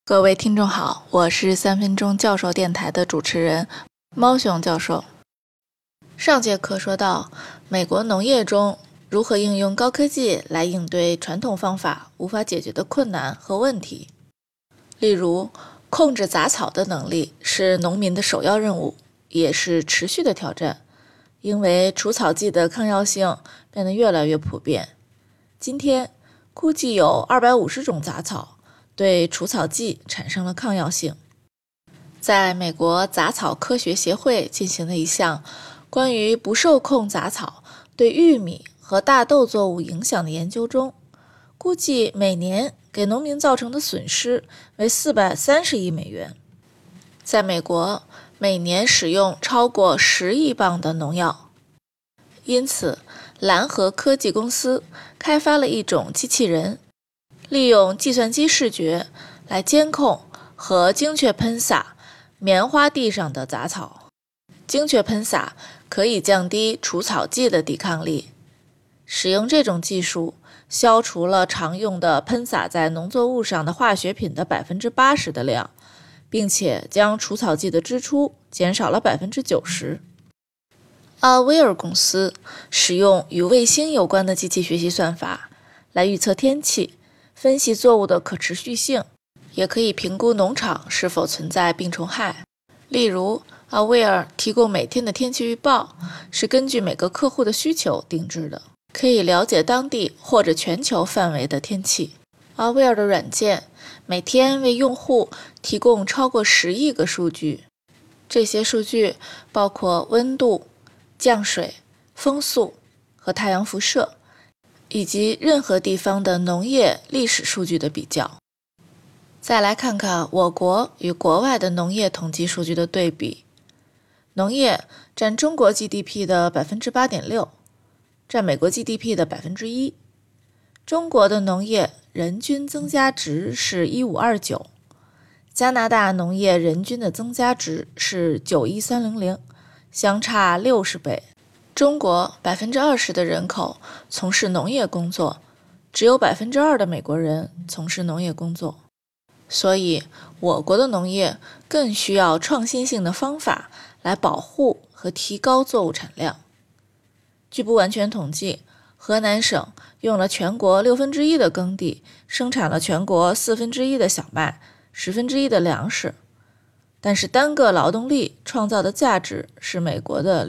各位听众好，我是3分钟教授电台的主持人猫熊教授。上节课说到，美国农业中如何应用高科技来应对传统方法无法解决的困难和问题。例如，控制杂草的能力是农民的首要任务，也是持续的挑战，因为除草剂的抗药性变得越来越普遍。今天估计有250种杂草对除草剂产生了抗药性。在美国杂草科学协会进行的一项关于不受控杂草对玉米和大豆作物影响的研究中，估计每年给农民造成的损失为430亿美元。在美国，每年使用超过10亿磅的农药。因此，蓝河科技公司开发了一种机器人，利用计算机视觉来监控和精确喷洒棉花地上的杂草。精确喷洒可以降低除草剂的抵抗力。使用这种技术，消除了常用的喷洒在农作物上的化学品的80%的量，并且将除草剂的支出减少了90%。阿威尔公司使用与卫星有关的机器学习算法来预测天气，分析作物的可持续性，也可以评估农场是否存在病虫害。例如，阿威尔提供每天的天气预报是根据每个客户的需求定制的，可以了解当地或者全球范围的天气。阿威尔的软件每天为用户提供超过10亿个数据，这些数据包括温度、降水、风速和太阳辐射，以及任何地方的农业历史数据的比较。再来看看我国与国外的农业统计数据的对比。农业占中国 GDP 的 8.6%， 占美国 GDP 的 1%。 中国的农业人均增加值是1529，加拿大农业人均的增加值是91300，相差60倍。中国 20% 的人口从事农业工作，只有 2% 的美国人从事农业工作。所以我国的农业更需要创新性的方法来保护和提高作物产量。据不完全统计，河南省用了全国1/6的耕地，生产了全国1/4的小麦，1/10的粮食，但是单个劳动力创造的价值是美国的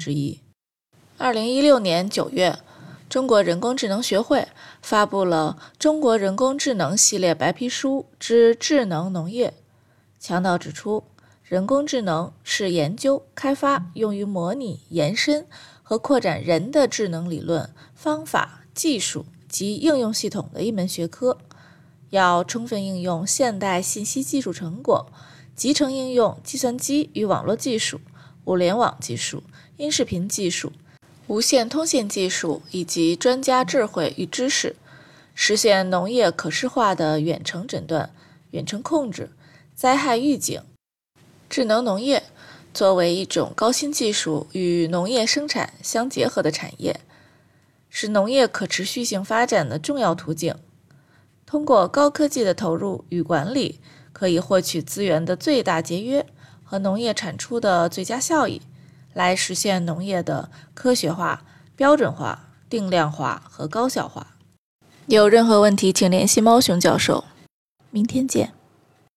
1/60。2016年9月，中国人工智能学会发布了《中国人工智能系列白皮书之智能农业》，强调指出，人工智能是研究、开发用于模拟、延伸和扩展人的智能理论、方法、技术及应用系统的一门学科，要充分应用现代信息技术成果，集成应用计算机与网络技术、物联网技术、音视频技术、无线通信技术以及专家智慧与知识，实现农业可视化的远程诊断、远程控制、灾害预警。智能农业作为一种高新技术与农业生产相结合的产业，是农业可持续性发展的重要途径。通过高科技的投入与管理，可以获取资源的最大节约和农业产出的最佳效益，来实现农业的科学化、标准化、定量化和高效化。有任何问题请联系猫熊教授。明天见。